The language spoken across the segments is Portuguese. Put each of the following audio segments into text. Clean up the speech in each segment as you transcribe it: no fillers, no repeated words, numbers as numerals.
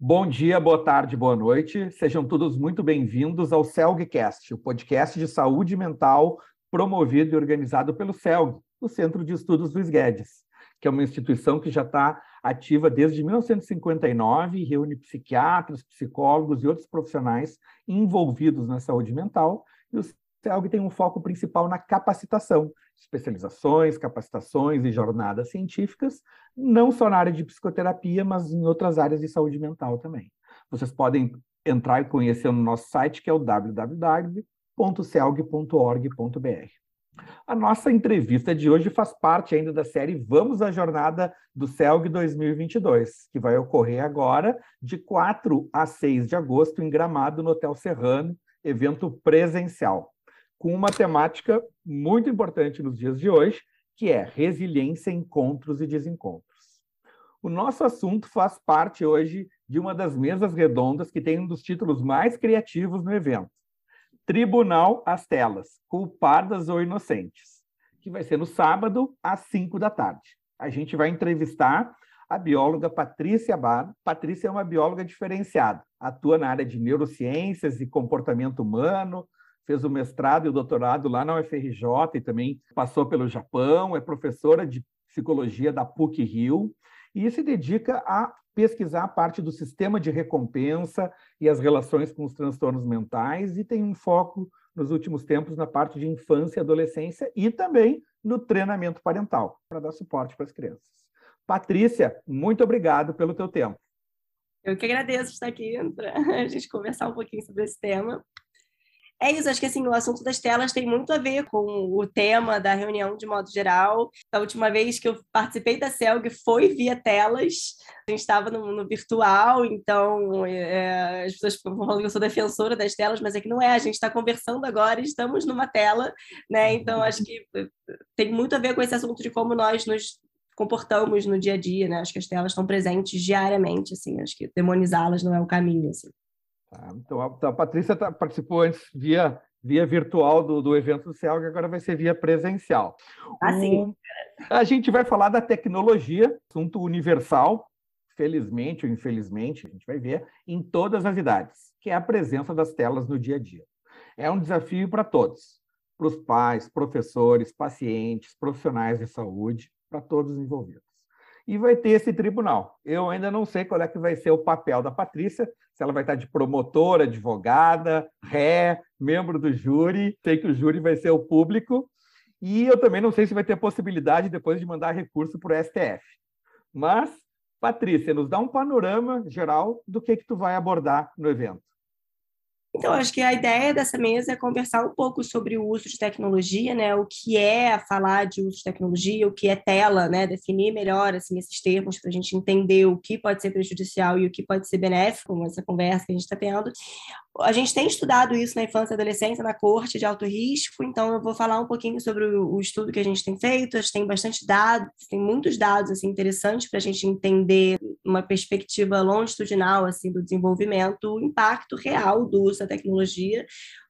Bom dia, boa tarde, boa noite. Sejam todos muito bem-vindos ao CELGcast, o podcast de saúde mental promovido e organizado pelo CELG, o Centro de Estudos Luiz Guedes, que é uma instituição que já está ativa desde 1959 e reúne psiquiatras, psicólogos e outros profissionais envolvidos na saúde mental. E o CELG tem um foco principal na capacitação, especializações, capacitações e jornadas científicas, não só na área de psicoterapia, mas em outras áreas de saúde mental também. Vocês podem entrar e conhecer no nosso site, que é o www.celg.org.br. A nossa entrevista de hoje faz parte ainda da série Vamos à Jornada do CELG 2022, que vai ocorrer agora de 4 a 6 de agosto em Gramado, no Hotel Serrano, evento presencial, com uma temática muito importante nos dias de hoje, que é resiliência, encontros e desencontros. O nosso assunto faz parte hoje de uma das mesas redondas que tem um dos títulos mais criativos no evento, Tribunal às Telas, Culpadas ou Inocentes, que vai ser no sábado, às 5 da tarde. A gente vai entrevistar a bióloga Patrícia Bar. Patrícia é uma bióloga diferenciada, atua na área de neurociências e comportamento humano, fez o mestrado e o doutorado lá na UFRJ e também passou pelo Japão, é professora de psicologia da PUC-Rio e se dedica a pesquisar a parte do sistema de recompensa e as relações com os transtornos mentais e tem um foco nos últimos tempos na parte de infância e adolescência e também no treinamento parental, para dar suporte para as crianças. Patrícia, muito obrigado pelo teu tempo. Eu que agradeço estar aqui para a gente conversar um pouquinho sobre esse tema. É isso, acho que assim, o assunto das telas tem muito a ver com o tema da reunião de modo geral. A última vez que eu participei da CELG foi via telas, a gente estava no virtual, então as pessoas ficam falando que eu sou defensora das telas, mas é que não é, a gente está conversando agora e estamos numa tela, né? Então acho que tem muito a ver com esse assunto de como nós nos comportamos no dia a dia, né? Acho que as telas estão presentes diariamente, assim, acho que demonizá-las não é o caminho, assim. Tá, então, a Patrícia participou antes via virtual do evento do CELG, agora vai ser via presencial. Sim. A gente vai falar da tecnologia, assunto universal, felizmente ou infelizmente, a gente vai ver, em todas as idades, que é a presença das telas no dia a dia. É um desafio para todos, para os pais, professores, pacientes, profissionais de saúde, para todos os envolvidos. E vai ter esse tribunal. Eu ainda não sei qual é que vai ser o papel da Patrícia, se ela vai estar de promotora, advogada, ré, membro do júri. Sei que o júri vai ser o público. E eu também não sei se vai ter possibilidade depois de mandar recurso para o STF. Mas, Patrícia, nos dá um panorama geral do que tu vai abordar no evento. Então, acho que a ideia dessa mesa é conversar um pouco sobre o uso de tecnologia, né? O que é falar de uso de tecnologia, o que é tela, né? Definir melhor assim, esses termos para a gente entender o que pode ser prejudicial e o que pode ser benéfico, essa conversa que a gente está tendo. A gente tem estudado isso na infância e adolescência, na coorte de alto risco, então eu vou falar um pouquinho sobre o estudo que a gente tem feito. A gente tem bastante dados, tem muitos dados assim, interessantes para a gente entender uma perspectiva longitudinal assim, do desenvolvimento, o impacto real do uso da tecnologia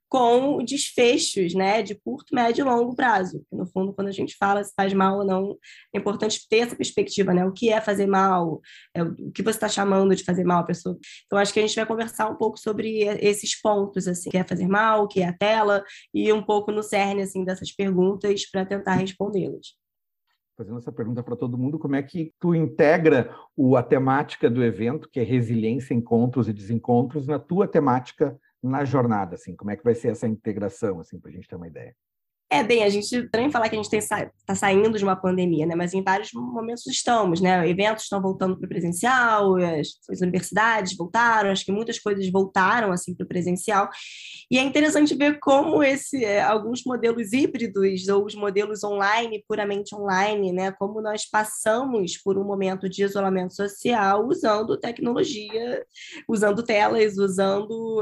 com desfechos, né, de curto, médio e longo prazo. No fundo, quando a gente fala se faz mal ou não, é importante ter essa perspectiva, né? O que é fazer mal, o que você está chamando de fazer mal à pessoa. Então, acho que a gente vai conversar um pouco sobre esses pontos, assim, o que é fazer mal, o que é a tela, e um pouco no cerne, assim, dessas perguntas para tentar respondê-las. Fazendo essa pergunta para todo mundo, como é que tu integra a temática do evento, que é resiliência, encontros e desencontros, na tua temática na jornada, assim, como é que vai ser essa integração, assim, para a gente ter uma ideia? Bem, a gente também falar que a gente está saindo de uma pandemia, né? Mas em vários momentos estamos, né? Eventos estão voltando para o presencial, as universidades voltaram, acho que muitas coisas voltaram assim para o presencial. E é interessante ver como alguns modelos híbridos ou os modelos online, puramente online, né? Como nós passamos por um momento de isolamento social usando tecnologia, usando telas, usando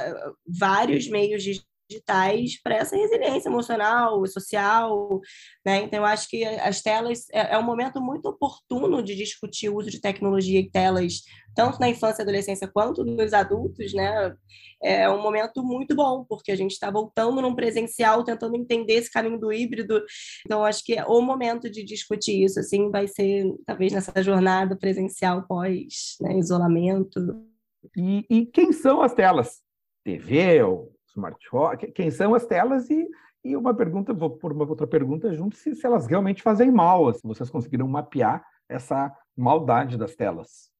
vários meios digitais para essa resiliência emocional, social, né? Então, eu acho que as telas é um momento muito oportuno de discutir o uso de tecnologia e telas, tanto na infância e adolescência quanto nos adultos, né? É um momento muito bom, porque a gente está voltando num presencial, tentando entender esse caminho do híbrido. Então, acho que o momento de discutir isso, assim, vai ser, talvez, nessa jornada presencial pós, né, isolamento. E quem são as telas? TV ou smartphone? Quem são as telas? E uma pergunta, vou por uma outra pergunta junto, se elas realmente fazem mal, se vocês conseguiram mapear essa maldade das telas.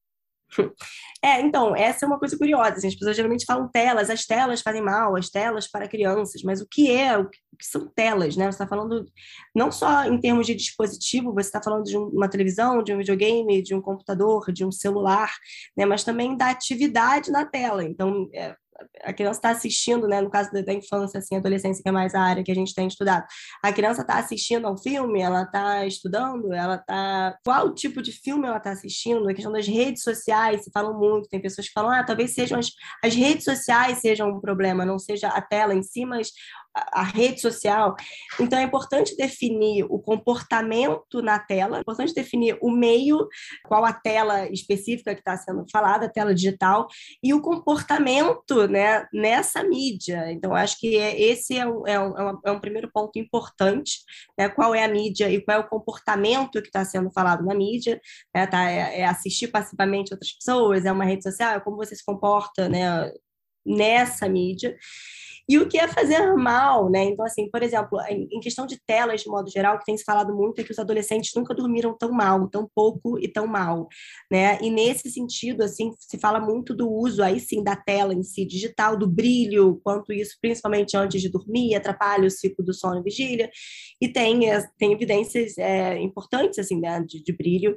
Então, essa é uma coisa curiosa. Assim, as pessoas geralmente falam telas, as telas fazem mal, as telas para crianças, mas o que são telas, né? Você está falando não só em termos de dispositivo, você está falando de uma televisão, de um videogame, de um computador, de um celular, né? Mas também da atividade na tela. Então, a criança está assistindo, né? No caso da infância, assim, adolescência, que é mais a área que a gente tem estudado. A criança está assistindo ao filme, ela está estudando, ela está... Qual tipo de filme ela está assistindo? A questão das redes sociais, se falam muito, tem pessoas que falam, talvez sejam as redes sociais sejam um problema, não seja a tela em si, mas a rede social. Então, é importante definir o comportamento na tela, é importante definir o meio, qual a tela específica que está sendo falada, a tela digital, e o comportamento, né, nessa mídia. Então, acho que esse é um primeiro ponto importante, né, qual é a mídia e qual é o comportamento que está sendo falado na mídia, né, é assistir passivamente outras pessoas, é uma rede social, é como você se comporta, né, nessa mídia. E o que é fazer mal, né? Então, assim, por exemplo, em questão de telas, de modo geral, o que tem se falado muito é que os adolescentes nunca dormiram tão mal, tão pouco e tão mal, né? E nesse sentido, assim, se fala muito do uso, aí sim, da tela em si, digital, do brilho, quanto isso, principalmente antes de dormir, atrapalha o ciclo do sono e vigília, e tem evidências importantes, assim, né, de brilho.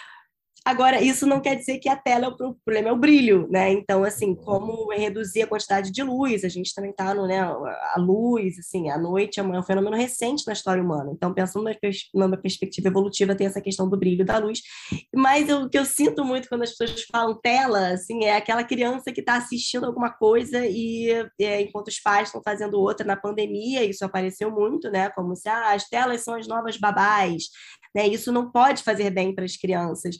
Agora, isso não quer dizer que a tela, o problema é o brilho, né? Então, assim, como reduzir a quantidade de luz, a gente também está no, né, a luz, assim, a noite é um fenômeno recente na história humana. Então, pensando numa perspectiva evolutiva, tem essa questão do brilho da luz. Mas o que eu sinto muito quando as pessoas falam tela, assim, é aquela criança que está assistindo alguma coisa e enquanto os pais estão fazendo outra. Na pandemia, isso apareceu muito, né? Como se as telas são as novas babás, né? Isso não pode fazer bem para as crianças.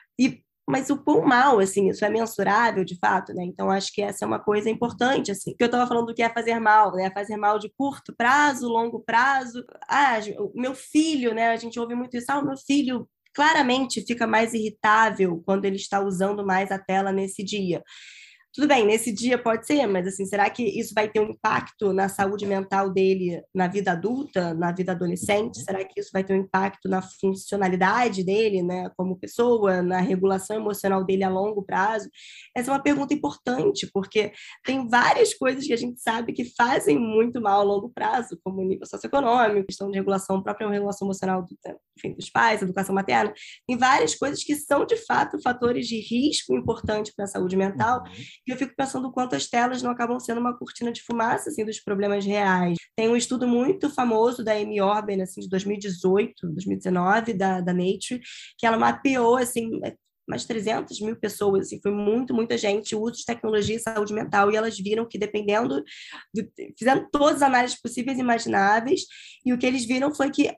Mas o quão mal, assim, isso é mensurável, de fato, né? Então, acho que essa é uma coisa importante, assim. Que eu estava falando do que é fazer mal, né? Fazer mal de curto prazo, longo prazo. O meu filho, né? A gente ouve muito isso. O meu filho claramente fica mais irritável quando ele está usando mais a tela nesse dia. Tudo bem, nesse dia pode ser, mas assim, será que isso vai ter um impacto na saúde mental dele na vida adulta, na vida adolescente? Será que isso vai ter um impacto na funcionalidade dele, né, como pessoa, na regulação emocional dele a longo prazo? Essa é uma pergunta importante, porque tem várias coisas que a gente sabe que fazem muito mal a longo prazo, como o nível socioeconômico, questão de regulação, própria regulação emocional enfim, dos pais, educação materna. Tem várias coisas que são, de fato, fatores de risco importantes para a saúde mental. E eu fico pensando o quanto as telas não acabam sendo uma cortina de fumaça, assim, dos problemas reais. Tem um estudo muito famoso da Amy Orben, assim, de 2018, 2019, da Nature, que ela mapeou, assim, mais de 300 mil pessoas, assim, foi muita gente, o uso de tecnologia e saúde mental, e elas viram que dependendo, fizeram todas as análises possíveis e imagináveis, e o que eles viram foi que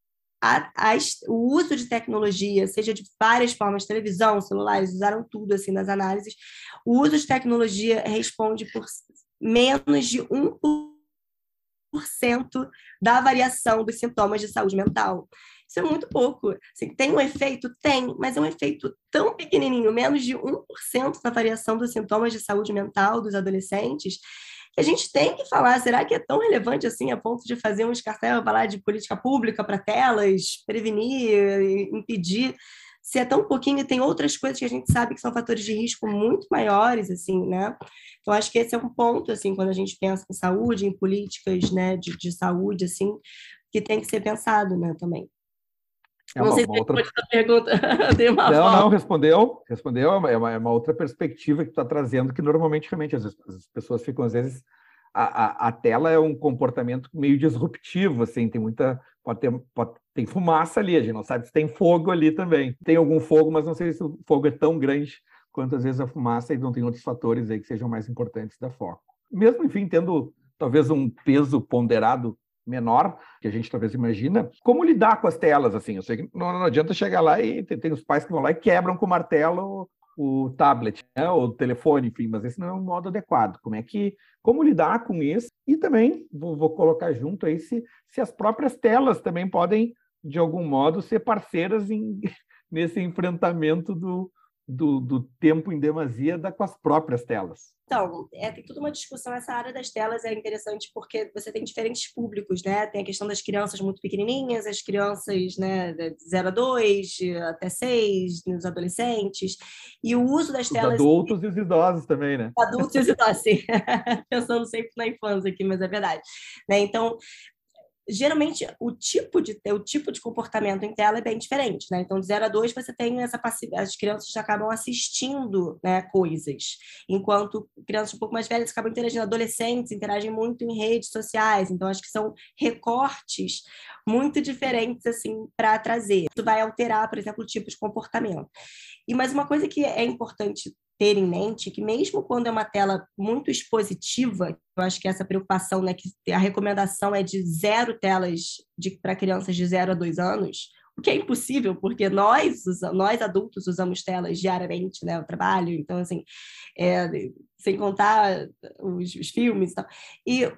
o uso de tecnologia, seja de várias formas, televisão, celulares, usaram tudo assim nas análises, o uso de tecnologia responde por menos de 1% da variação dos sintomas de saúde mental. Isso é muito pouco. Assim, tem um efeito? Tem, mas é um efeito tão pequenininho, menos de 1% da variação dos sintomas de saúde mental dos adolescentes, que a gente tem que falar, será que é tão relevante assim a ponto de fazer um escarcéu, falar de política pública para telas, prevenir, impedir? Se é tão pouquinho, e tem outras coisas que a gente sabe que são fatores de risco muito maiores, assim, né? Então, acho que esse é um ponto, assim, quando a gente pensa em saúde, em políticas, né, de saúde, assim, que tem que ser pensado, né, também. Não sei se outra... essa pergunta deu uma Não, volta. não, respondeu, é uma outra perspectiva que tu está trazendo, que normalmente, realmente, as pessoas ficam, às vezes, a tela é um comportamento meio disruptivo, assim, tem fumaça ali, a gente não sabe se tem fogo ali também. Tem algum fogo, mas não sei se o fogo é tão grande quanto, às vezes, a fumaça, e não tem outros fatores aí que sejam mais importantes da foco. Mesmo, enfim, tendo talvez um peso ponderado menor, que a gente talvez imagina, como lidar com as telas, assim, eu sei que não adianta chegar lá e tem os pais que vão lá e quebram com o martelo o tablet, né, ou o telefone, enfim, mas esse não é um modo adequado. Como lidar com isso? E também, vou colocar junto aí, se as próprias telas também podem, de algum modo, ser parceiras nesse enfrentamento do tempo em demasia com as próprias telas. Então, tem toda uma discussão. Essa área das telas é interessante porque você tem diferentes públicos, né? Tem a questão das crianças muito pequenininhas, as crianças, né, de 0 a 2, até 6, os adolescentes, e o uso das Os telas... adultos e os idosos também, né? Adultos e os idosos, sim. Pensando sempre na infância aqui, mas é verdade. Né? Então, geralmente o tipo de comportamento em tela é bem diferente, né? Então, de 0 a 2, você tem essa passividade, as crianças acabam assistindo, né, coisas, enquanto crianças um pouco mais velhas acabam interagindo, adolescentes interagem muito em redes sociais, então acho que são recortes muito diferentes, assim, para trazer. Isso vai alterar, por exemplo, o tipo de comportamento. Mas uma coisa que é importante ter em mente, que mesmo quando é uma tela muito expositiva, eu acho que essa preocupação, né, que a recomendação é de 0 telas para crianças de 0 a 2 anos, o que é impossível, porque nós adultos usamos telas diariamente, né, o trabalho, então, assim, sem contar os filmes e tal. E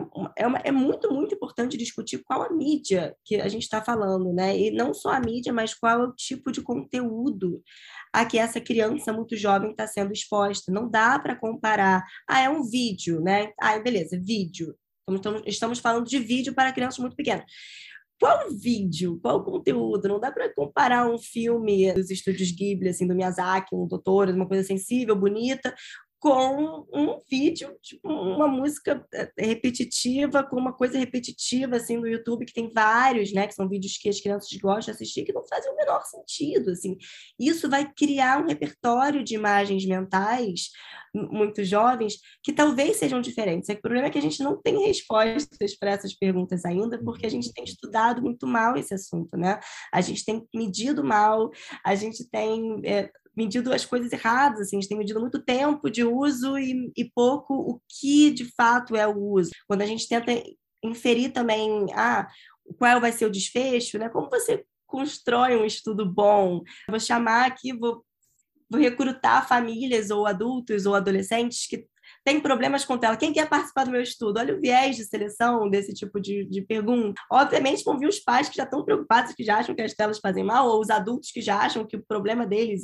é muito, muito importante discutir qual a mídia que a gente está falando, né? E não só a mídia, mas qual é o tipo de conteúdo a que essa criança muito jovem está sendo exposta. Não dá para comparar. É um vídeo, né? Beleza, vídeo. Estamos falando de vídeo para crianças muito pequenas. Qual vídeo? Qual conteúdo? Não dá para comparar um filme dos estúdios Ghibli, assim, do Miyazaki, um Totoro, uma coisa sensível, bonita, com um vídeo, tipo, uma música repetitiva, com uma coisa repetitiva, assim, no YouTube, que tem vários, né, que são vídeos que as crianças gostam de assistir, que não fazem o menor sentido, assim. Isso vai criar um repertório de imagens mentais, muito jovens, que talvez sejam diferentes. O problema é que a gente não tem respostas para essas perguntas ainda, porque a gente tem estudado muito mal esse assunto, né? A gente tem medido mal, a gente tem medido as coisas erradas, assim, a gente tem medido muito tempo de uso e pouco o que de fato é o uso. Quando a gente tenta inferir também, qual vai ser o desfecho, né? Como você constrói um estudo bom? Eu vou chamar aqui, vou recrutar famílias ou adultos ou adolescentes que têm problemas com tela. Quem quer participar do meu estudo? Olha o viés de seleção desse tipo de pergunta. Obviamente vão vir os pais que já estão preocupados, que já acham que as telas fazem mal, ou os adultos que já acham que o problema deles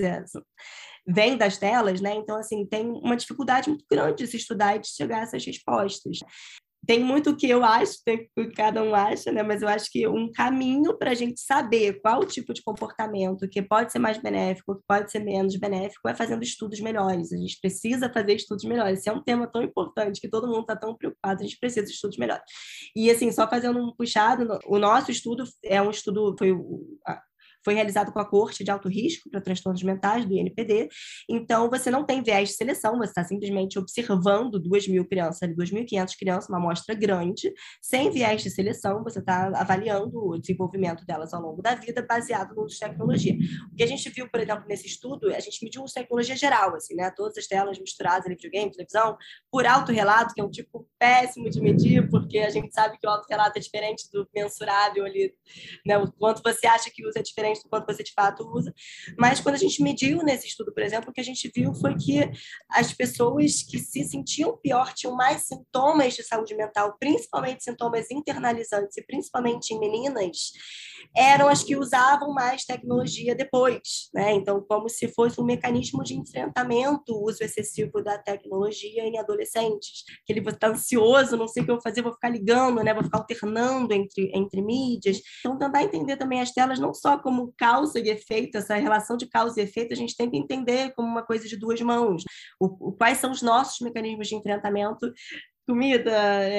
vem das telas, né? Então, assim, tem uma dificuldade muito grande de se estudar e de chegar a essas respostas. Tem muito o que eu acho, tem o que cada um acha, né? Mas eu acho que um caminho para a gente saber qual o tipo de comportamento que pode ser mais benéfico, que pode ser menos benéfico, é fazendo estudos melhores. A gente precisa fazer estudos melhores. Se é um tema tão importante que todo mundo está tão preocupado, a gente precisa de estudos melhores. E, assim, só fazendo um puxado, o nosso estudo é um estudo, foi realizado com a Corte de Alto Risco para Transtornos Mentais, do INPD. Então, você não tem viés de seleção, você está simplesmente observando 2.000 crianças, 2.500 crianças, uma amostra grande, sem viés de seleção, você está avaliando o desenvolvimento delas ao longo da vida, baseado no uso de tecnologia. O que a gente viu, por exemplo, nesse estudo, a gente mediu uso de tecnologia geral, assim, né? Todas as telas misturadas, videogame, televisão, por autorrelato, que é um tipo péssimo de medir, porque a gente sabe que o autorrelato é diferente do mensurável ali, né? O quanto você acha que usa é diferente do quanto você de fato usa. Mas quando a gente mediu nesse estudo, por exemplo, o que a gente viu foi que as pessoas que se sentiam pior tinham mais sintomas de saúde mental, principalmente sintomas internalizantes e principalmente em meninas, eram as que usavam mais tecnologia depois, né? Então, como se fosse um mecanismo de enfrentamento o uso excessivo da tecnologia em adolescentes, que ele está ansioso, não sei o que eu vou fazer, vou ficar ligando, né? Vou ficar alternando entre mídias. Então, tentar entender também as telas não só como causa e efeito, essa relação de causa e efeito, a gente tem que entender como uma coisa de duas mãos. Quais são os nossos mecanismos de enfrentamento? Comida,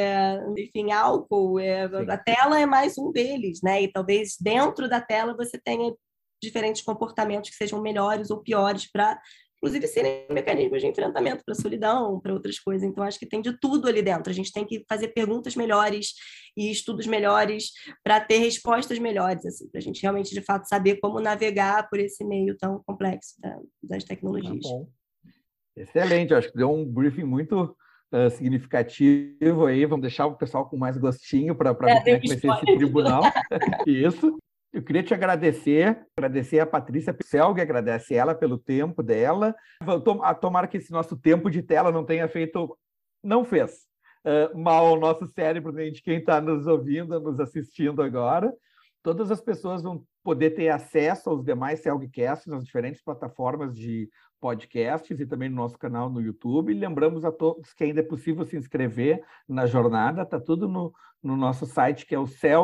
enfim, álcool, a tela é mais um deles, né? E talvez dentro da tela você tenha diferentes comportamentos que sejam melhores ou piores para, inclusive, serem mecanismos de enfrentamento para a solidão, para outras coisas. Então, acho que tem de tudo ali dentro. A gente tem que fazer perguntas melhores e estudos melhores para ter respostas melhores, assim, para a gente realmente, de fato, saber como navegar por esse meio tão complexo das tecnologias. Bom. Excelente, acho que deu um briefing muito significativo aí. Vamos deixar o pessoal com mais gostinho para ver como é que vai ser esse tribunal. Isso. Eu queria te agradecer a Patrícia Selg, agradece ela pelo tempo dela. Tomara que esse nosso tempo de tela não tenha feito, não fez mal ao nosso cérebro, nem de quem está nos ouvindo, nos assistindo agora. Todas as pessoas vão poder ter acesso aos demais Celgcasts nas diferentes plataformas de podcasts e também no nosso canal no YouTube. Lembramos a todos que ainda é possível se inscrever na jornada, está tudo no nosso site, que é o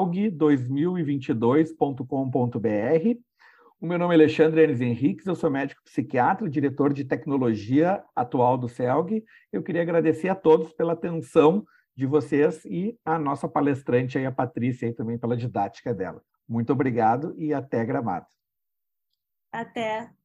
celg2022.com.br. O meu nome é Alexandre Enes Henriques, eu sou médico psiquiatra, diretor de tecnologia atual do CELG. Eu queria agradecer a todos pela atenção de vocês e a nossa palestrante aí, a Patrícia, aí, também pela didática dela. Muito obrigado e até Gramado. Até.